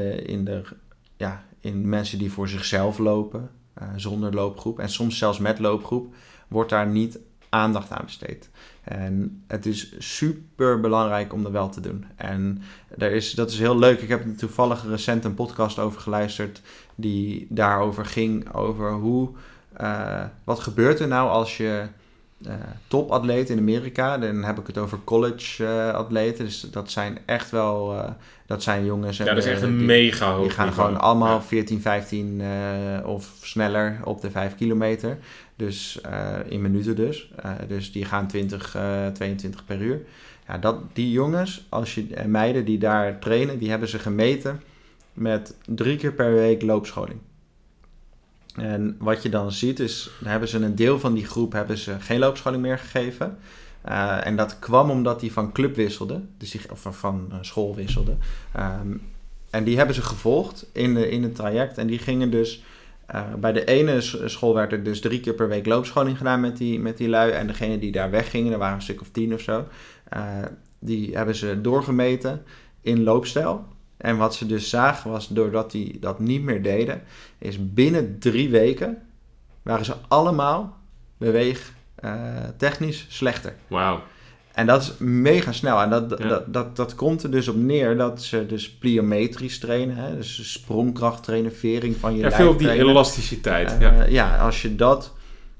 A: in mensen die voor zichzelf lopen, zonder loopgroep en soms zelfs met loopgroep, wordt daar niet aandacht aan besteed. En het is super belangrijk om dat wel te doen. En dat is heel leuk. Ik heb toevallig recent een podcast over geluisterd die daarover ging, over wat gebeurt er nou als je topatleet in Amerika, dan heb ik het over college atleten, dus dat zijn echt wel, dat zijn jongens.
B: Ja, dat is echt een mega hoog.
A: Die gaan gewoon allemaal 14, 15 of sneller op de 5 kilometer. Dus in minuten dus. Dus die gaan 20, 22 per uur. Ja, die jongens en meiden die daar trainen, die hebben ze gemeten met 3 keer per week loopscholing. En wat je dan ziet is, dan hebben ze een deel van die groep geen loopscholing meer gegeven. En dat kwam omdat die van club wisselde, dus van school wisselde. En die hebben ze gevolgd in het traject. En die gingen dus, bij de ene school werd er dus 3 keer per week loopscholing gedaan met die lui. En degene die daar weggingen, er waren een stuk of 10 of zo, die hebben ze doorgemeten in loopstijl. En wat ze dus zagen was, doordat die dat niet meer deden, is binnen 3 weken waren ze allemaal technisch slechter.
B: Wauw.
A: En dat is mega snel. En dat komt er dus op neer dat ze dus pliometrisch trainen. Hè? Dus sprongkracht trainen, vering van je lijf
B: veel op die
A: trainen.
B: Elasticiteit.
A: Als je dat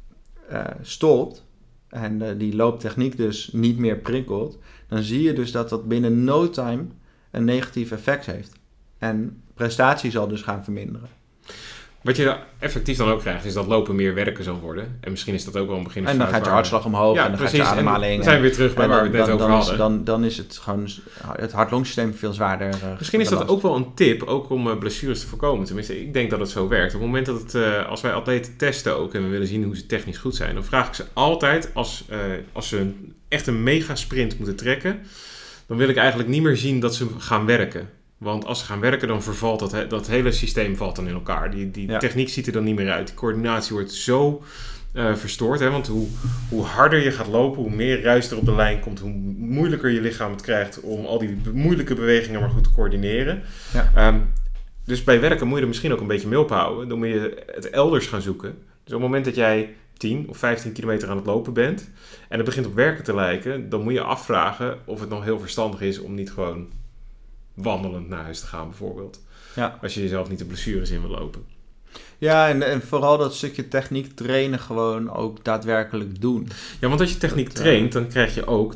A: stopt en die looptechniek dus niet meer prikkelt, dan zie je dus dat binnen no time een negatief effect heeft. En prestatie zal dus gaan verminderen.
B: Wat je effectief dan ook krijgt, is dat lopen meer werken zal worden. En misschien is dat ook wel een begin.
A: En dan gaat je hartslag omhoog en dan gaat je ademhaling.
B: Dan zijn we weer terug bij waar we het net over hadden.
A: Dan is het gewoon het hart-longsysteem veel zwaarder.
B: Misschien is dat ook wel een tip, ook om blessures te voorkomen. Tenminste, ik denk dat het zo werkt. Op het moment dat als wij atleten testen ook en we willen zien hoe ze technisch goed zijn, dan vraag ik ze altijd, als ze echt een mega sprint moeten trekken, dan wil ik eigenlijk niet meer zien dat ze gaan werken. Want als ze gaan werken, dan vervalt dat hele systeem valt dan in elkaar. Die techniek ziet er dan niet meer uit. Die coördinatie wordt zo verstoord. Hè? Want hoe harder je gaat lopen, hoe meer ruis er op de lijn komt, hoe moeilijker je lichaam het krijgt om al die moeilijke bewegingen maar goed te coördineren. Ja. Dus bij werken moet je er misschien ook een beetje mee ophouden. Dan moet je het elders gaan zoeken. Dus op het moment dat jij 10 of 15 kilometer aan het lopen bent en het begint op werken te lijken, dan moet je afvragen of het nog heel verstandig is om niet gewoon wandelend naar huis te gaan bijvoorbeeld. Ja. Als je jezelf niet de blessures in wil lopen.
A: Ja, en vooral dat stukje techniek trainen gewoon ook daadwerkelijk doen.
B: Ja, want als je techniek traint, dan krijg je ook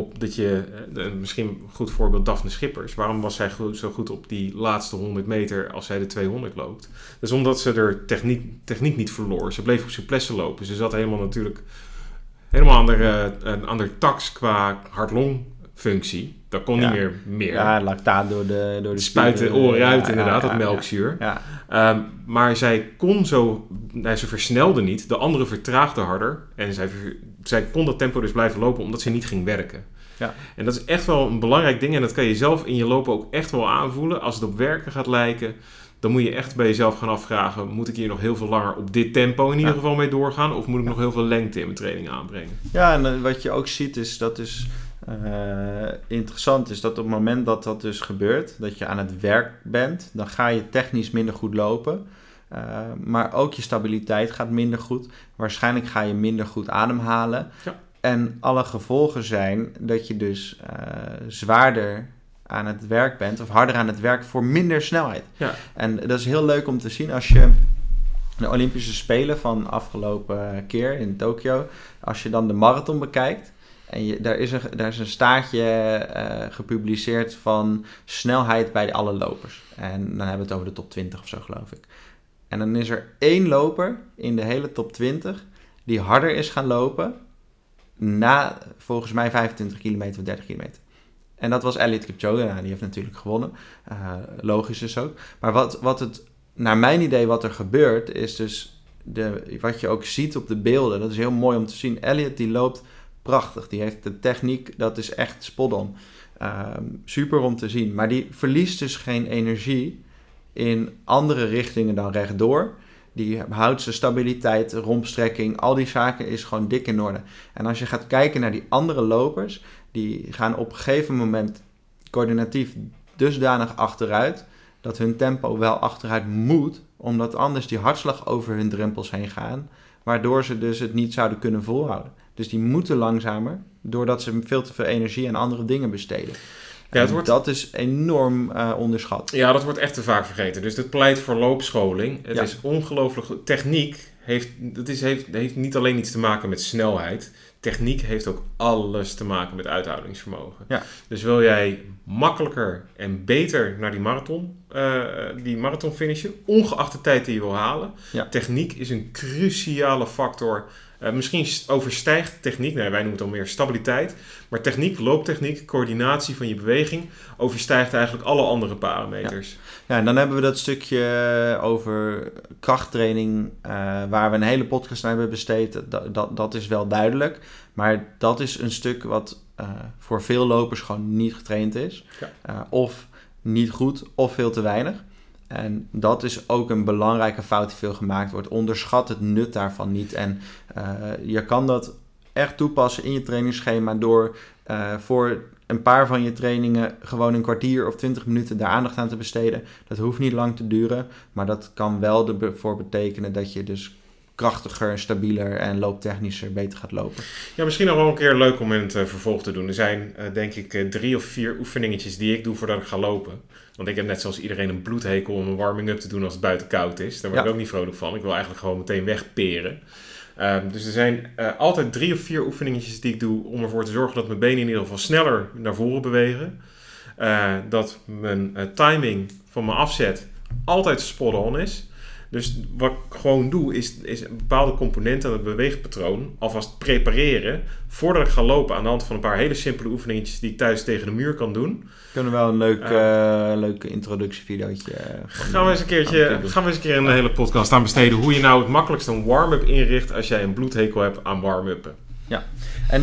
B: misschien een goed voorbeeld Daphne Schippers. Waarom was zij zo goed op die laatste 100 meter als zij de 200 loopt? Dat is omdat ze er techniek niet verloor. Ze bleef op souplesse lopen. Ze zat natuurlijk helemaal aan de tax qua hart-long-functie. Dat kon niet meer.
A: Ja, lactaat door de
B: spuiten oren uit inderdaad, dat melkzuur. Ja. Maar zij kon ze versnelde niet. De andere vertraagde harder. En zij kon dat tempo dus blijven lopen omdat ze niet ging werken. Ja. En dat is echt wel een belangrijk ding. En dat kan je zelf in je lopen ook echt wel aanvoelen. Als het op werken gaat lijken, dan moet je echt bij jezelf gaan afvragen, moet ik hier nog heel veel langer op dit tempo in ieder geval mee doorgaan? Of moet ik nog heel veel lengte in mijn training aanbrengen?
A: Ja, en wat je ook ziet is, dat is interessant, is dat op het moment dat dus gebeurt, dat je aan het werk bent, dan ga je technisch minder goed lopen. Maar ook je stabiliteit gaat minder goed. Waarschijnlijk ga je minder goed ademhalen. Ja. En alle gevolgen zijn dat je dus zwaarder aan het werk bent, of harder aan het werk voor minder snelheid. Ja. En dat is heel leuk om te zien als je de Olympische Spelen van afgelopen keer in Tokio, als je dan de marathon bekijkt, en daar is een staartje gepubliceerd van snelheid bij alle lopers. En dan hebben we het over de top 20 of zo, geloof ik. En dan is er 1 loper in de hele top 20 die harder is gaan lopen na volgens mij 25 kilometer of 30 kilometer. En dat was Eliud Kipchoge. Nou, die heeft natuurlijk gewonnen. Logisch is ook. Maar naar mijn idee wat er gebeurt, is dus wat je ook ziet op de beelden. Dat is heel mooi om te zien. Eliud die loopt prachtig. Die heeft de techniek, dat is echt spot on. Super om te zien. Maar die verliest dus geen energie in andere richtingen dan rechtdoor. die houdt zijn stabiliteit, rompstrekking, al die zaken is gewoon dik in orde. En als je gaat kijken naar die andere lopers, die gaan op een gegeven moment coördinatief dusdanig achteruit, dat hun tempo wel achteruit moet, omdat anders die hartslag over hun drempels heen gaan, waardoor ze dus het niet zouden kunnen volhouden. Dus die moeten langzamer, doordat ze veel te veel energie aan andere dingen besteden. Ja, dat is enorm onderschat.
B: Ja, dat wordt echt te vaak vergeten. Dus dit pleit voor loopscholing. Het is ongelooflijk goed. Techniek heeft niet alleen iets te maken met snelheid. Techniek heeft ook alles te maken met uithoudingsvermogen. Ja. Dus wil jij makkelijker en beter naar die marathon finishen, ongeacht de tijd die je wil halen. Ja. Techniek is een cruciale factor. Misschien overstijgt techniek, wij noemen het dan meer stabiliteit. Maar techniek, looptechniek, coördinatie van je beweging overstijgt eigenlijk alle andere parameters.
A: Ja, en dan hebben we dat stukje over krachttraining, waar we een hele podcast aan hebben besteed. Dat is wel duidelijk. Maar dat is een stuk wat voor veel lopers gewoon niet getraind is. Ja. Of niet goed, of veel te weinig. En dat is ook een belangrijke fout die veel gemaakt wordt. Onderschat het nut daarvan niet. En je kan dat echt toepassen in je trainingsschema door voor een paar van je trainingen gewoon een kwartier of 20 minuten daar aandacht aan te besteden. Dat hoeft niet lang te duren, maar dat kan wel ervoor betekenen dat je dus krachtiger, stabieler en looptechnischer beter gaat lopen.
B: Ja, misschien nog wel een keer leuk om in het vervolg te doen. Er zijn denk ik 3 of 4 oefeningetjes die ik doe voordat ik ga lopen. Want ik heb net zoals iedereen een bloedhekel om een warming-up te doen als het buiten koud is. Daar word ik ook niet vrolijk van. Ik wil eigenlijk gewoon meteen wegperen. Dus er zijn altijd 3 of 4 oefeningetjes die ik doe om ervoor te zorgen dat mijn benen in ieder geval sneller naar voren bewegen. Dat mijn timing van mijn afzet altijd spot on is. Dus wat ik gewoon doe, is een bepaalde component aan het beweegpatroon alvast prepareren voordat ik ga lopen aan de hand van een paar hele simpele oefeningetjes die ik thuis tegen de muur kan doen.
A: Kunnen we wel een leuk introductievideootje
B: gaan we eens een keer een hele podcast aan besteden hoe je nou het makkelijkst een warm-up inricht als jij een bloedhekel hebt aan warm-uppen.
A: Ja, en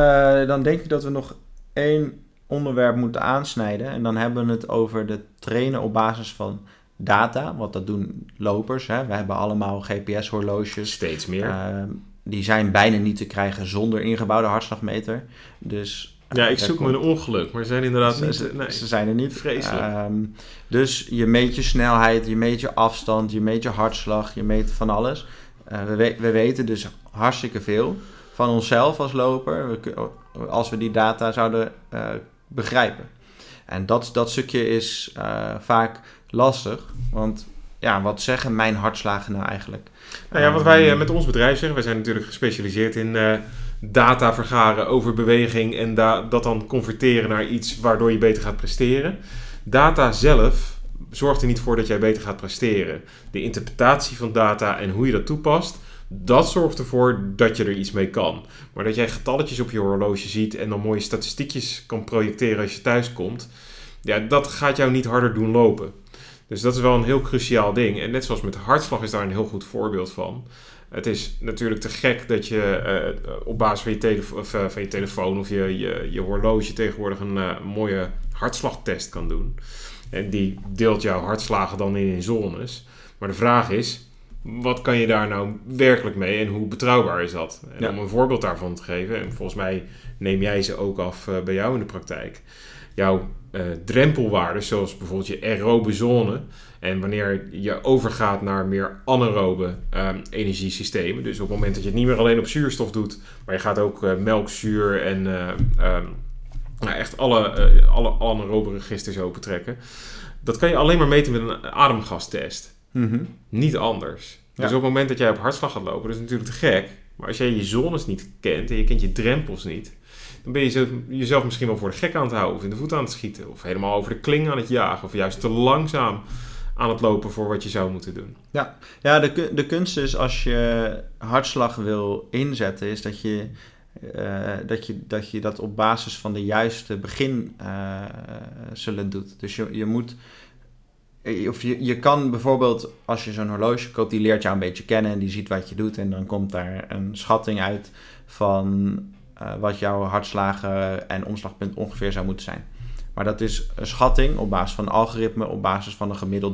A: dan denk ik dat we nog 1 onderwerp moeten aansnijden en dan hebben we het over de trainen op basis van data, want dat doen lopers. Hè. We hebben allemaal GPS-horloges.
B: Steeds meer.
A: Die zijn bijna niet te krijgen zonder ingebouwde hartslagmeter. Dus,
B: ja, ik zoek me een ongeluk, maar ze zijn inderdaad
A: ze zijn er niet.
B: Vreselijk.
A: Dus je meet je snelheid, je meet je afstand, je meet je hartslag, je meet van alles. We weten dus hartstikke veel van onszelf als loper, als we die data zouden begrijpen. En dat stukje is vaak lastig, want ja, wat zeggen mijn hartslagen nou eigenlijk?
B: Nou ja, wat wij met ons bedrijf zeggen, wij zijn natuurlijk gespecialiseerd in data vergaren over beweging en dat dan converteren naar iets waardoor je beter gaat presteren. Data zelf zorgt er niet voor dat jij beter gaat presteren. De interpretatie van data en hoe je dat toepast, dat zorgt ervoor dat je er iets mee kan. Maar dat jij getalletjes op je horloge ziet en dan mooie statistiekjes kan projecteren als je thuis komt, ja, dat gaat jou niet harder doen lopen. Dus dat is wel een heel cruciaal ding. En net zoals met hartslag is daar een heel goed voorbeeld van. Het is natuurlijk te gek dat je op basis van je telefoon of je horloge tegenwoordig een mooie hartslagtest kan doen. En die deelt jouw hartslagen dan in zones. Maar de vraag is, wat kan je daar nou werkelijk mee en hoe betrouwbaar is dat? En om een voorbeeld daarvan te geven, en volgens mij neem jij ze ook af bij jou in de praktijk. Jouw drempelwaarden, zoals bijvoorbeeld je aerobe zone. En wanneer je overgaat naar meer anaerobe energiesystemen. Dus op het moment dat je het niet meer alleen op zuurstof doet, maar je gaat ook melkzuur en echt alle anaerobe registers opentrekken. Dat kan je alleen maar meten met een ademgastest. Mm-hmm. Niet anders. Ja. Dus op het moment dat jij op hartslag gaat lopen, dat is natuurlijk te gek. Maar als jij je zones niet kent en je kent je drempels niet, dan ben je jezelf misschien wel voor de gek aan het houden of in de voet aan het schieten. Of helemaal over de kling aan het jagen. Of juist te langzaam aan het lopen voor wat je zou moeten doen.
A: Ja, de kunst is als je hartslag wil inzetten, is dat je dat op basis van de juiste begin zullen doet. Dus je moet, of je kan bijvoorbeeld, als je zo'n horloge koopt, die leert jou een beetje kennen en die ziet wat je doet. En dan komt daar een schatting uit van wat jouw hartslagen en omslagpunt ongeveer zou moeten zijn. Maar dat is een schatting op basis van een algoritme, op basis van een gemiddelde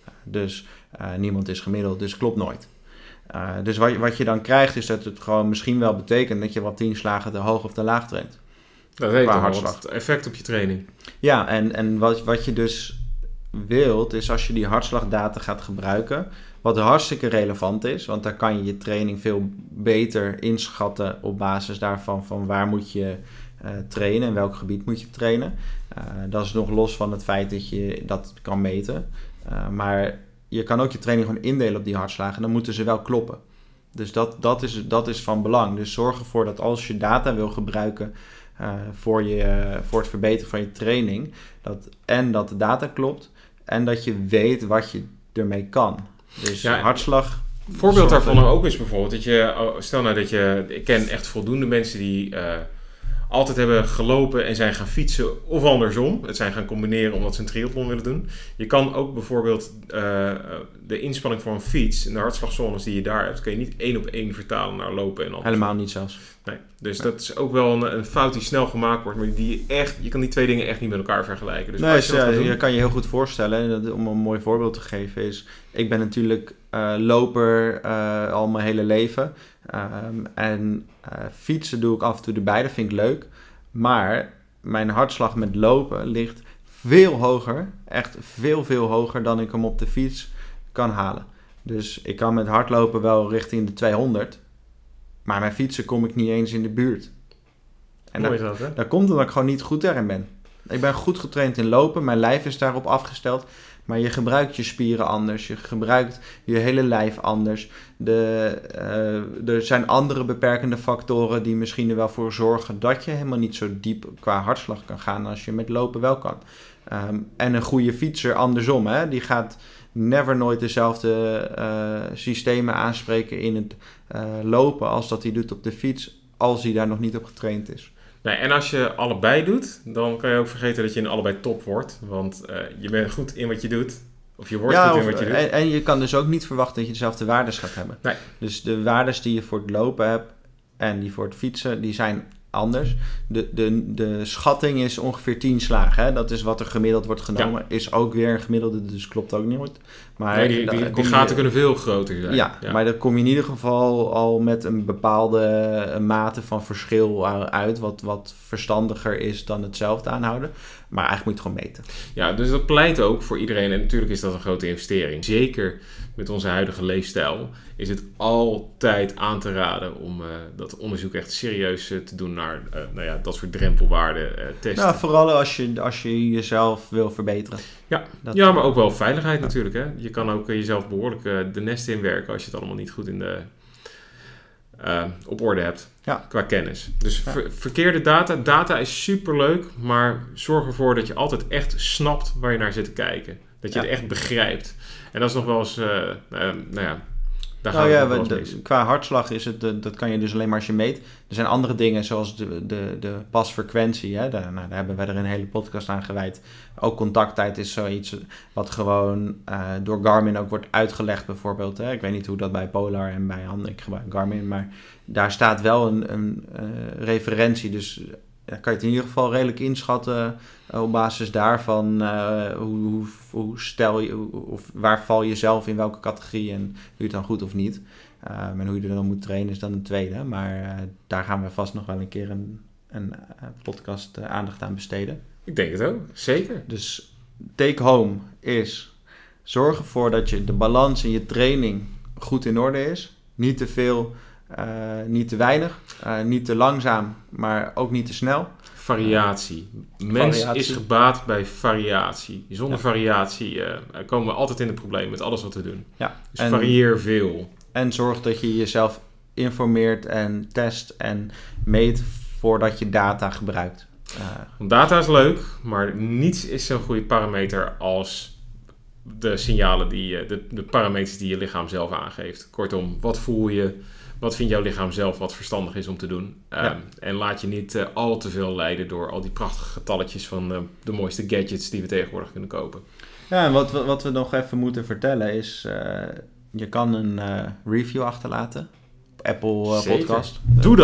A: Dus niemand is gemiddeld, dus klopt nooit. Dus wat je dan krijgt is dat het gewoon misschien wel betekent dat je wat 10 slagen te hoog of te laag traint.
B: Dat heeft toch wel wat effect op je training.
A: Ja, en wat je dus wilt is als je die hartslagdata gaat gebruiken, wat hartstikke relevant is, want daar kan je je training veel beter inschatten op basis daarvan van waar moet je trainen en welk gebied moet je trainen. Dat is nog los van het feit dat je dat kan meten. Maar je kan ook je training gewoon indelen op die hartslagen en dan moeten ze wel kloppen. Dus dat is van belang. Dus zorg ervoor dat als je data wil gebruiken voor het verbeteren van je training, dat de data klopt en dat je weet wat je ermee kan. Dus hartslag.
B: Een voorbeeld daarvan ook is bijvoorbeeld dat ik ken echt voldoende mensen die altijd hebben gelopen en zijn gaan fietsen of andersom. Het zijn gaan combineren omdat ze een triathlon willen doen. Je kan ook bijvoorbeeld de inspanning voor een fiets en de hartslagzones die je daar hebt, kun je niet 1 op 1 vertalen naar lopen en andersom.
A: Helemaal niet zelfs.
B: Nee, dus dat is ook wel een fout die snel gemaakt wordt, maar je kan die twee dingen echt niet met elkaar vergelijken. Dus
A: je kan je heel goed voorstellen, om een mooi voorbeeld te geven is, ik ben natuurlijk loper al mijn hele leven. En fietsen doe ik af en toe erbij, dat vind ik leuk. Maar mijn hartslag met lopen ligt veel hoger, echt veel hoger dan ik hem op de fiets kan halen. Dus ik kan met hardlopen wel richting de 200, maar met fietsen kom ik niet eens in de buurt. En dat komt omdat ik gewoon niet goed erin ben. Ik ben goed getraind in lopen, mijn lijf is daarop afgesteld. Maar je gebruikt je spieren anders, je gebruikt je hele lijf anders. Er zijn andere beperkende factoren die misschien er wel voor zorgen dat je helemaal niet zo diep qua hartslag kan gaan als je met lopen wel kan. En een goede fietser andersom, hè, die gaat nooit dezelfde systemen aanspreken in het lopen als dat hij doet op de fiets, als hij daar nog niet op getraind is.
B: Nee, en als je allebei doet, dan kan je ook vergeten dat je in allebei top wordt. Want je bent goed in wat je doet. Of je wordt goed in wat je doet.
A: En je kan dus ook niet verwachten dat je dezelfde waardes gaat hebben.
B: Nee.
A: Dus de waardes die je voor het lopen hebt en die voor het fietsen, die zijn anders. De schatting is ongeveer 10 slagen. Hè? Dat is wat er gemiddeld wordt genomen. Ja. Is ook weer een gemiddelde, dus klopt ook niet. Maar
B: die gaten kunnen veel groter zijn.
A: Ja, maar dan kom je in ieder geval al met een bepaalde mate van verschil uit, wat verstandiger is dan hetzelfde aanhouden. Maar eigenlijk moet je het gewoon meten.
B: Ja, dus dat pleit ook voor iedereen. En natuurlijk is dat een grote investering. Zeker met onze huidige leefstijl is het altijd aan te raden om dat onderzoek echt serieus te doen naar dat soort drempelwaarden testen.
A: Nou, vooral als je jezelf wil verbeteren.
B: Ja, maar ook wel veiligheid natuurlijk. Hè? Je kan ook jezelf behoorlijk de nest inwerken als je het allemaal niet goed op orde hebt qua kennis. Dus verkeerde data is superleuk, maar zorg ervoor dat je altijd echt snapt waar je naar zit te kijken. Dat je het echt begrijpt. En dat is nog wel eens, daar gaat het wel eens mis.
A: Qua hartslag is het, dat kan je dus alleen maar als je meet. Er zijn andere dingen zoals de pasfrequentie. Hè? Daar hebben we er een hele podcast aan gewijd. Ook contacttijd is zoiets wat gewoon door Garmin ook wordt uitgelegd bijvoorbeeld. Hè? Ik weet niet hoe dat bij Polar en bij ik gebruik Garmin, maar daar staat wel een referentie. Dus dan kan je het in ieder geval redelijk inschatten op basis daarvan hoe stel je, of waar val je zelf in welke categorie en doe je het dan goed of niet. En hoe je er dan moet trainen is dan een tweede. Maar daar gaan we vast nog wel een keer een podcast aandacht aan besteden.
B: Ik denk het ook, zeker.
A: Dus take home is zorg ervoor dat je de balans in je training goed in orde is. Niet te veel, niet te weinig, niet te langzaam, maar ook niet te snel.
B: Variatie. Mens is gebaat bij variatie. Zonder variatie komen we altijd in de problemen met alles wat we doen.
A: Ja.
B: Dus varieer veel.
A: En zorg dat je jezelf informeert en test en meet voordat je data gebruikt.
B: Data is leuk, maar niets is zo'n goede parameter als de signalen de parameters die je lichaam zelf aangeeft. Kortom, wat voel je? Wat vindt jouw lichaam zelf wat verstandig is om te doen? En laat je niet al te veel leiden door al die prachtige getalletjes van de mooiste gadgets die we tegenwoordig kunnen kopen.
A: Ja, en wat we nog even moeten vertellen is, je kan een review achterlaten op Apple Podcast.
B: Doe dat!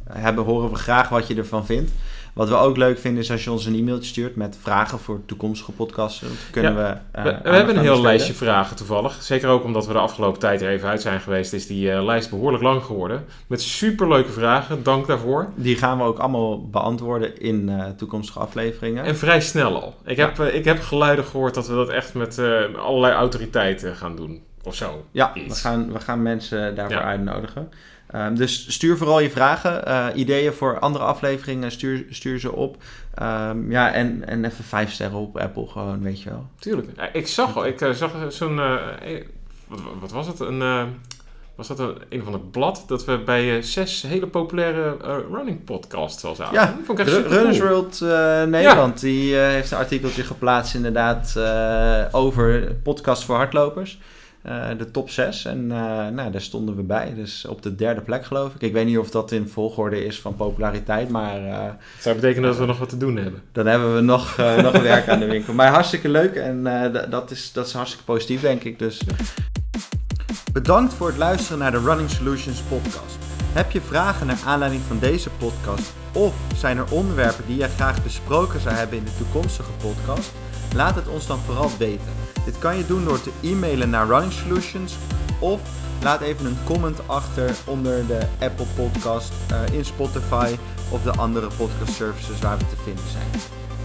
A: hebben, horen we graag wat je ervan vindt. Wat we ook leuk vinden is als je ons een e-mailtje stuurt met vragen voor toekomstige podcasten. We
B: hebben een heel lijstje vragen toevallig. Zeker ook omdat we de afgelopen tijd er even uit zijn geweest, is die lijst behoorlijk lang geworden. Met superleuke vragen, dank daarvoor.
A: Die gaan we ook allemaal beantwoorden in toekomstige afleveringen.
B: En vrij snel al. Ik heb geluiden gehoord dat we dat echt met allerlei autoriteiten gaan doen. Of zo.
A: Ja, we gaan mensen daarvoor uitnodigen. Dus stuur vooral je vragen, ideeën voor andere afleveringen, stuur ze op. En even 5 sterren op Apple gewoon, weet je wel.
B: Tuurlijk. Ik zag zo'n... wat was het? Was dat een van het blad dat we bij 6 hele populaire running podcasts al zagen?
A: Ja,
B: vond ik echt
A: Runners World Nederland, die heeft een artikeltje geplaatst inderdaad over podcasts voor hardlopers. De top 6 en daar stonden we bij. Dus op de 3e plek geloof ik. Ik weet niet of dat in volgorde is van populariteit, maar...
B: Het zou betekenen dat we nog wat te doen hebben.
A: Dan hebben we nog werk aan de winkel. Maar hartstikke leuk en dat is hartstikke positief denk ik. Dus. Bedankt voor het luisteren naar de Running Solutions podcast. Heb je vragen naar aanleiding van deze podcast of zijn er onderwerpen die jij graag besproken zou hebben in de toekomstige podcast? Laat het ons dan vooral weten. Dit kan je doen door te e-mailen naar Running Solutions of laat even een comment achter onder de Apple Podcast, in Spotify of de andere podcast services waar we te vinden zijn.